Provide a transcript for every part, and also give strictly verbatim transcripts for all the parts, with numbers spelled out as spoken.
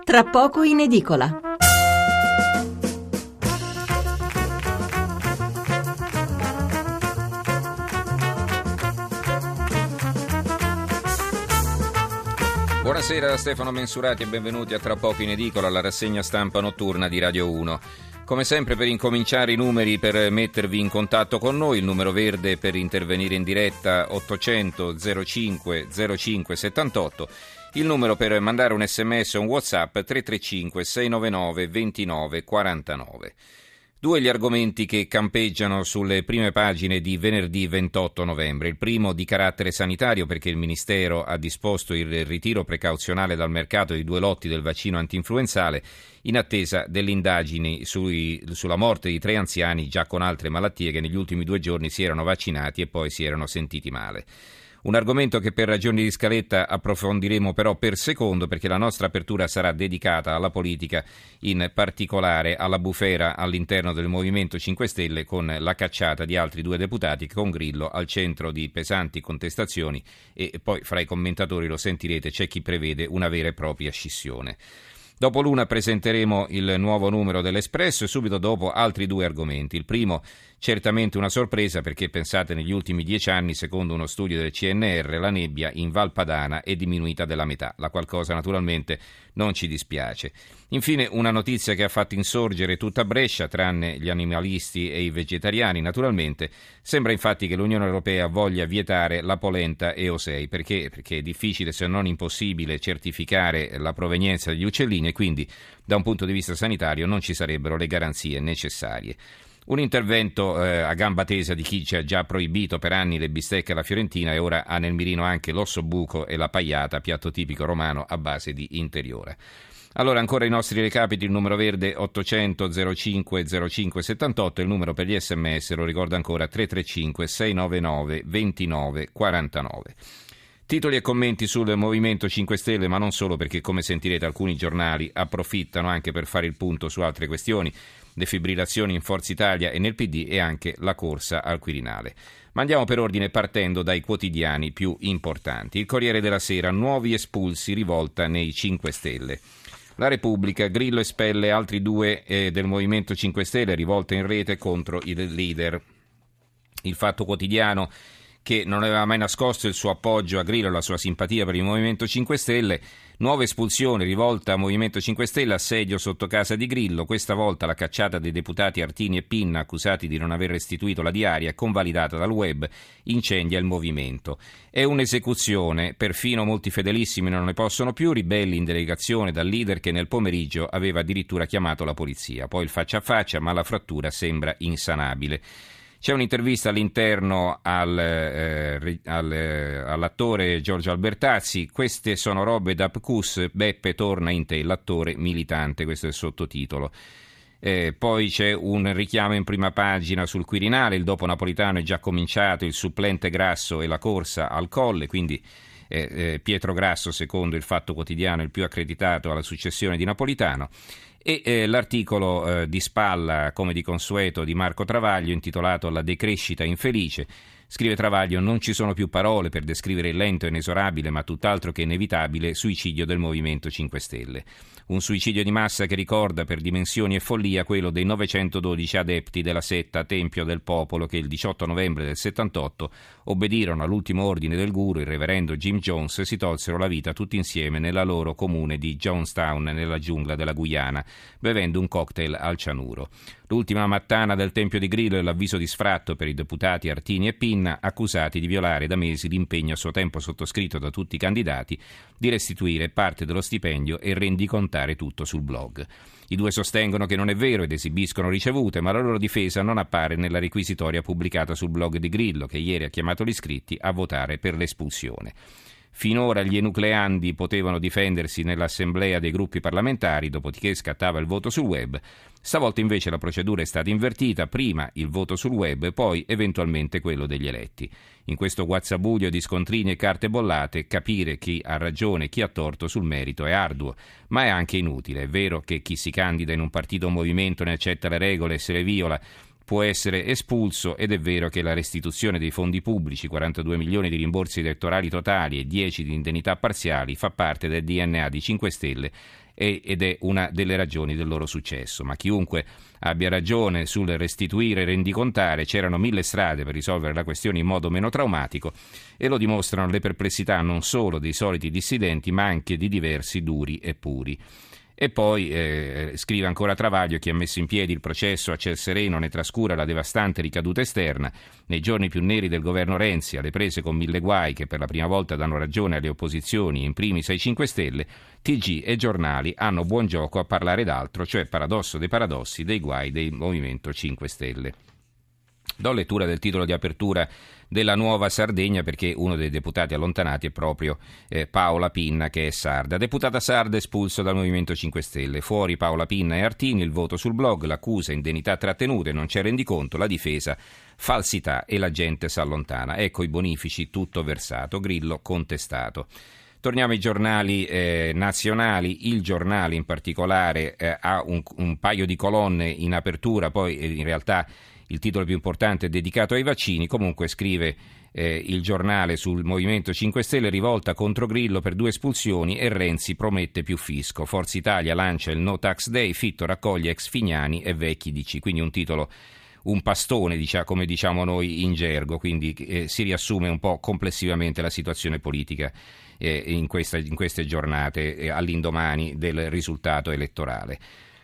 Tra poco in edicola. Buonasera da Stefano Mensurati e benvenuti a Tra poco in edicola, la rassegna stampa notturna di Radio uno. Come sempre, per incominciare, i numeri per mettervi in contatto con noi: il numero verde per intervenire in diretta ottocento zero cinque zero cinque settantotto, il numero per mandare un sms o un WhatsApp tre tre cinque sei nove nove due nove quattro nove. Due gli argomenti che campeggiano sulle prime pagine di venerdì ventotto novembre. Il primo di carattere sanitario, perché il Ministero ha disposto il ritiro precauzionale dal mercato di due lotti del vaccino antinfluenzale in attesa delle indagini sui, sulla morte di tre anziani già con altre malattie che negli ultimi due giorni si erano vaccinati e poi si erano sentiti male. Un argomento che per ragioni di scaletta approfondiremo però per secondo, perché la nostra apertura sarà dedicata alla politica, in particolare alla bufera all'interno del Movimento cinque Stelle con la cacciata di altri due deputati, con Grillo al centro di pesanti contestazioni, e poi fra i commentatori, lo sentirete, c'è chi prevede una vera e propria scissione. Dopo l'una presenteremo il nuovo numero dell'Espresso e subito dopo altri due argomenti. Il primo, certamente una sorpresa, perché pensate, negli ultimi dieci anni, secondo uno studio del C N R, la nebbia in Val Padana è diminuita della metà, la qual cosa naturalmente non ci dispiace. Infine una notizia che ha fatto insorgere tutta Brescia, tranne gli animalisti e i vegetariani naturalmente. Sembra infatti che l'Unione Europea voglia vietare la polenta E O sei, perché? Perché è difficile, se non impossibile, certificare la provenienza degli uccellini e quindi da un punto di vista sanitario non ci sarebbero le garanzie necessarie. Un intervento eh, a gamba tesa di chi ci ha già proibito per anni le bistecche alla fiorentina e ora ha nel mirino anche l'ossobuco e la pagliata, piatto tipico romano a base di interiora. Allora, ancora i nostri recapiti: il numero verde ottocento zero cinque zero cinque settantotto, il numero per gli sms, lo ricordo ancora, tre tre cinque sei nove nove due nove quattro nove. Titoli e commenti sul Movimento cinque Stelle, ma non solo, perché come sentirete alcuni giornali approfittano anche per fare il punto su altre questioni: defibrillazioni in Forza Italia e nel P D e anche la corsa al Quirinale. Ma andiamo per ordine, partendo dai quotidiani più importanti. Il Corriere della Sera: nuovi espulsi, rivolta nei cinque Stelle. La Repubblica: Grillo espelle altri due eh, del Movimento cinque Stelle, rivolta in rete contro il leader. Il Fatto Quotidiano, che non aveva mai nascosto il suo appoggio a Grillo e la sua simpatia per il Movimento cinque Stelle: nuova espulsione, rivolta al Movimento cinque Stelle, assedio sotto casa di Grillo, questa volta la cacciata dei deputati Artini e Pinna, accusati di non aver restituito la diaria convalidata dal web, incendia il movimento. È un'esecuzione, perfino molti fedelissimi non ne possono più, ribelli in delegazione dal leader che nel pomeriggio aveva addirittura chiamato la polizia. Poi il faccia a faccia, ma la frattura sembra insanabile. C'è un'intervista all'interno al, eh, al, eh, all'attore Giorgio Albertazzi. Queste sono robe da P C U S, Beppe torna in te, l'attore militante, questo è il sottotitolo. Eh, poi c'è un richiamo in prima pagina sul Quirinale: il dopo napolitano è già cominciato, il supplente Grasso e la corsa al Colle, quindi eh, eh, Pietro Grasso, secondo il Fatto Quotidiano, il più accreditato alla successione di Napolitano. E eh, l'articolo eh, di spalla, come di consueto, di Marco Travaglio, intitolato La decrescita infelice. Scrive Travaglio: non ci sono più parole per descrivere il lento e inesorabile, ma tutt'altro che inevitabile, suicidio del Movimento cinque Stelle. Un suicidio di massa che ricorda per dimensioni e follia quello dei novecentododici adepti della setta Tempio del Popolo che il diciotto novembre del settantotto obbedirono all'ultimo ordine del guru, il reverendo Jim Jones, e si tolsero la vita tutti insieme nella loro comune di Jonestown, nella giungla della Guyana, bevendo un cocktail al cianuro. L'ultima mattana del Tempio di Grillo è l'avviso di sfratto per i deputati Artini e Pinna, accusati di violare da mesi l'impegno a suo tempo sottoscritto da tutti i candidati di restituire parte dello stipendio e rendicontare tutto sul blog. I due sostengono che non è vero ed esibiscono ricevute, ma la loro difesa non appare nella requisitoria pubblicata sul blog di Grillo, che ieri ha chiamato gli iscritti a votare per l'espulsione. Finora gli enucleandi potevano difendersi nell'assemblea dei gruppi parlamentari, dopodiché scattava il voto sul web. Stavolta invece la procedura è stata invertita: prima il voto sul web, poi eventualmente quello degli eletti. In questo guazzabuglio di scontrini e carte bollate, capire chi ha ragione e chi ha torto sul merito è arduo, ma è anche inutile. È vero che chi si candida in un partito o un movimento ne accetta le regole e se le viola può essere espulso ed è vero che la restituzione dei fondi pubblici, quarantadue milioni di rimborsi elettorali totali e dieci di indennità parziali, fa parte del D N A di cinque Stelle ed è una delle ragioni del loro successo. Ma chiunque abbia ragione sul restituire e rendicontare, c'erano mille strade per risolvere la questione in modo meno traumatico e lo dimostrano le perplessità non solo dei soliti dissidenti ma anche di diversi duri e puri. E poi, eh, scrive ancora Travaglio, chi ha messo in piedi il processo a ciel sereno ne trascura la devastante ricaduta esterna. Nei giorni più neri del governo Renzi, alle prese con mille guai che per la prima volta danno ragione alle opposizioni, in primis ai cinque Stelle, T G e giornali hanno buon gioco a parlare d'altro, cioè paradosso dei paradossi, dei guai del Movimento cinque Stelle. Do lettura del titolo di apertura della Nuova Sardegna perché uno dei deputati allontanati è proprio eh, Paola Pinna, che è sarda. Deputata sarda espulso dal Movimento cinque Stelle. Fuori Paola Pinna e Artini, il voto sul blog, l'accusa indennità trattenute, non c'è rendiconto, la difesa falsità e la gente s'allontana. Ecco i bonifici, tutto versato, Grillo contestato. Torniamo ai giornali eh, nazionali. Il Giornale in particolare eh, ha un, un paio di colonne in apertura, poi eh, in realtà il titolo più importante è dedicato ai vaccini. Comunque scrive eh, il Giornale sul Movimento cinque Stelle, rivolta contro Grillo per due espulsioni e Renzi promette più fisco. Forza Italia lancia il No Tax Day, Fitto raccoglie ex Fignani e vecchi D C. Quindi un titolo, un pastone, diciamo, come diciamo noi in gergo, quindi eh, si riassume un po' complessivamente la situazione politica eh, in, questa, in queste giornate eh, all'indomani del risultato elettorale.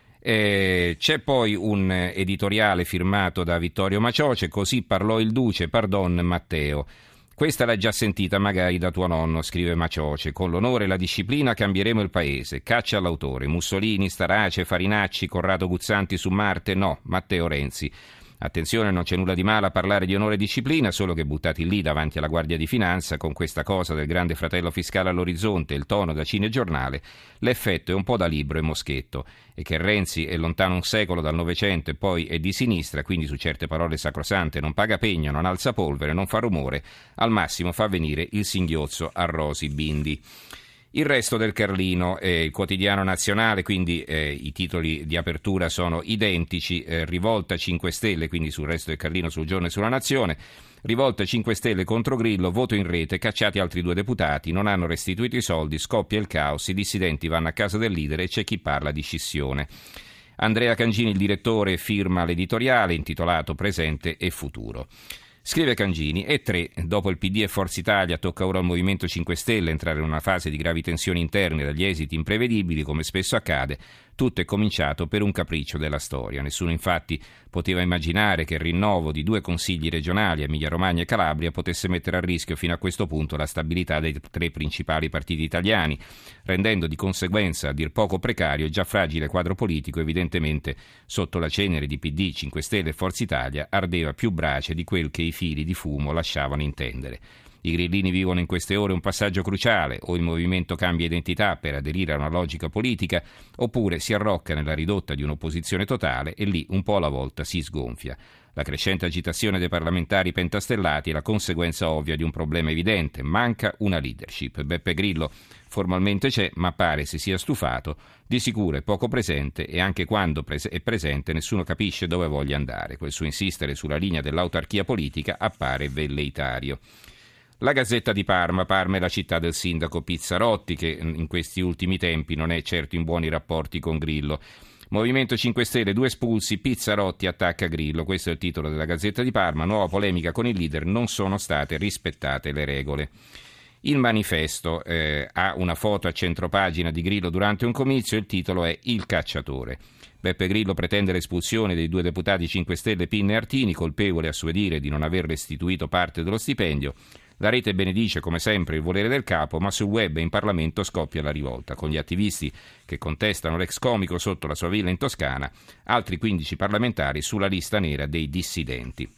Eh, c'è poi un editoriale firmato da Vittorio Macioce, così parlò il duce, pardon Matteo. Questa l'hai già sentita magari da tuo nonno, scrive Macioce. Con l'onore e la disciplina cambieremo il paese. Caccia all'autore. Mussolini, Starace, Farinacci, Corrado Guzzanti su Marte, no, Matteo Renzi. Attenzione, non c'è nulla di male a parlare di onore e disciplina, solo che buttati lì davanti alla Guardia di Finanza, con questa cosa del grande fratello fiscale all'orizzonte, il tono da cinegiornale, l'effetto è un po' da Libro e Moschetto. E che Renzi è lontano un secolo dal Novecento e poi è di sinistra, quindi su certe parole sacrosante non paga pegno, non alza polvere, non fa rumore, al massimo fa venire il singhiozzo a Rosi Bindi. Il resto del Carlino è il quotidiano nazionale, quindi eh, i titoli di apertura sono identici, eh, rivolta cinque Stelle, quindi sul resto del Carlino, sul Giorno e sulla Nazione, rivolta cinque Stelle contro Grillo, voto in rete, cacciati altri due deputati, non hanno restituito i soldi, scoppia il caos, i dissidenti vanno a casa del leader e c'è chi parla di scissione. Andrea Cangini, il direttore, firma l'editoriale intitolato Presente e Futuro. Scrive Cangini, e tre, dopo il P D e Forza Italia tocca ora al Movimento cinque Stelle entrare in una fase di gravi tensioni interne dagli esiti imprevedibili, come spesso accade. Tutto è cominciato per un capriccio della storia. Nessuno infatti poteva immaginare che il rinnovo di due consigli regionali, Emilia-Romagna e Calabria, potesse mettere a rischio fino a questo punto la stabilità dei tre principali partiti italiani, rendendo di conseguenza a dir poco precario il già fragile quadro politico. Evidentemente sotto la cenere di P D, cinque Stelle e Forza Italia ardeva più brace di quel che i fili di fumo lasciavano intendere. I grillini vivono in queste ore un passaggio cruciale: o il movimento cambia identità per aderire a una logica politica, oppure si arrocca nella ridotta di un'opposizione totale e lì un po' alla volta si sgonfia. La crescente agitazione dei parlamentari pentastellati è la conseguenza ovvia di un problema evidente: manca una leadership. Beppe Grillo formalmente c'è, ma pare si sia stufato, di sicuro è poco presente e anche quando pres- è presente nessuno capisce dove voglia andare. Quel suo insistere sulla linea dell'autarchia politica appare velleitario. La Gazzetta di Parma, Parma è la città del sindaco Pizzarotti, che in questi ultimi tempi non è certo in buoni rapporti con Grillo. Movimento cinque Stelle, due espulsi, Pizzarotti attacca Grillo. Questo è il titolo della Gazzetta di Parma. Nuova polemica con il leader, non sono state rispettate le regole. Il Manifesto eh, ha una foto a centropagina di Grillo durante un comizio, il titolo è Il cacciatore. Beppe Grillo pretende l'espulsione dei due deputati cinque Stelle Pinna e Artini, colpevole a suo dire di non aver restituito parte dello stipendio. La rete benedice come sempre il volere del capo, ma sul web e in Parlamento scoppia la rivolta, con gli attivisti che contestano l'ex comico sotto la sua villa in Toscana, altri quindici parlamentari sulla lista nera dei dissidenti.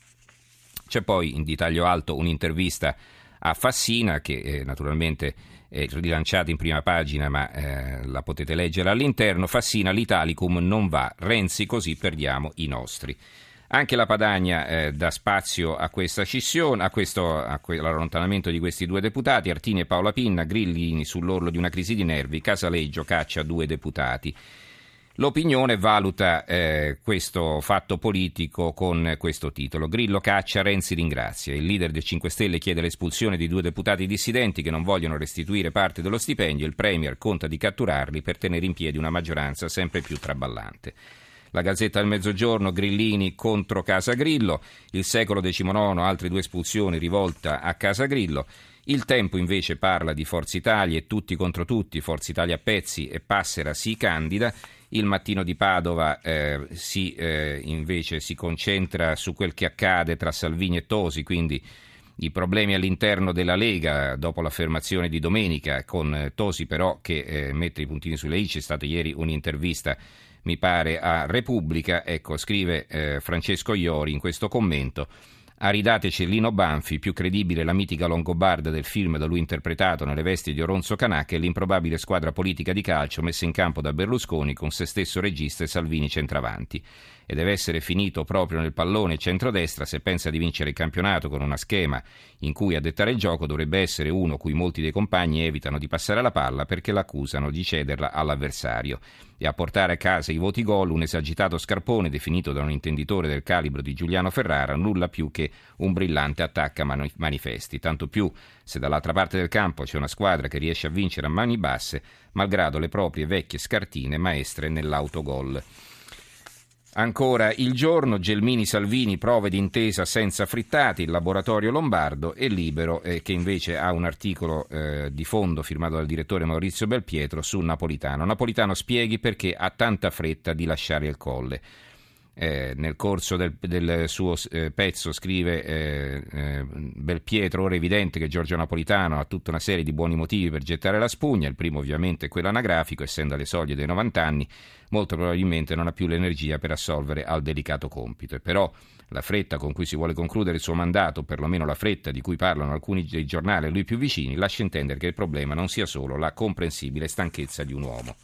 C'è poi in di taglio alto un'intervista a Fassina che eh, naturalmente è rilanciata in prima pagina, ma eh, la potete leggere all'interno. Fassina, l'Italicum non va, Renzi così perdiamo i nostri. Anche la Padania eh, dà spazio a questa scissione, a questo, a que- all'allontanamento di questi due deputati, Artini e Paola Pinna, Grillini sull'orlo di una crisi di nervi, Casaleggio caccia due deputati. L'Opinione valuta eh, questo fatto politico con questo titolo: Grillo caccia, Renzi ringrazia. Il leader dei cinque Stelle chiede l'espulsione di due deputati dissidenti che non vogliono restituire parte dello stipendio. Il Premier conta di catturarli per tenere in piedi una maggioranza sempre più traballante. La Gazzetta del Mezzogiorno, Grillini contro Casa Grillo. Il Secolo diciannove, altre due espulsioni, rivolta a Casa Grillo. Il Tempo invece parla di Forza Italia e tutti contro tutti, Forza Italia a pezzi e Passera si candida. Il Mattino di Padova eh, si, eh, invece si concentra su quel che accade tra Salvini e Tosi, quindi i problemi all'interno della Lega dopo l'affermazione di domenica, con eh, Tosi però che eh, mette i puntini sulle i. C'è stata ieri un'intervista, mi pare, a Repubblica. Ecco, scrive eh, Francesco Iori in questo commento: aridateci Lino Banfi, più credibile la mitica Longobarda del film da lui interpretato nelle vesti di Oronzo Canacca e l'improbabile squadra politica di calcio messa in campo da Berlusconi con se stesso regista e Salvini centravanti. E deve essere finito proprio nel pallone centrodestra se pensa di vincere il campionato con una schema in cui a dettare il gioco dovrebbe essere uno cui molti dei compagni evitano di passare la palla perché l'accusano di cederla all'avversario, e a portare a casa i voti gol un esagitato Scarpone definito da un intenditore del calibro di Giuliano Ferrara nulla più che un brillante attacca manifesti, tanto più se dall'altra parte del campo c'è una squadra che riesce a vincere a mani basse malgrado le proprie vecchie scartine maestre nell'autogol. Ancora Il Giorno, Gelmini Salvini, prove d'intesa senza frittati, il laboratorio lombardo, e Libero eh, che invece ha un articolo eh, di fondo firmato dal direttore Maurizio Belpietro su Napolitano. Napolitano spieghi perché ha tanta fretta di lasciare il Colle. Eh, nel corso del, del suo eh, pezzo scrive eh, eh, Belpietro: ora è evidente che Giorgio Napolitano ha tutta una serie di buoni motivi per gettare la spugna. Il primo ovviamente è quello anagrafico, essendo alle soglie dei novanta anni molto probabilmente non ha più l'energia per assolvere al delicato compito, e però la fretta con cui si vuole concludere il suo mandato, perlomeno la fretta di cui parlano alcuni dei giornali a lui più vicini, lascia intendere che il problema non sia solo la comprensibile stanchezza di un uomo.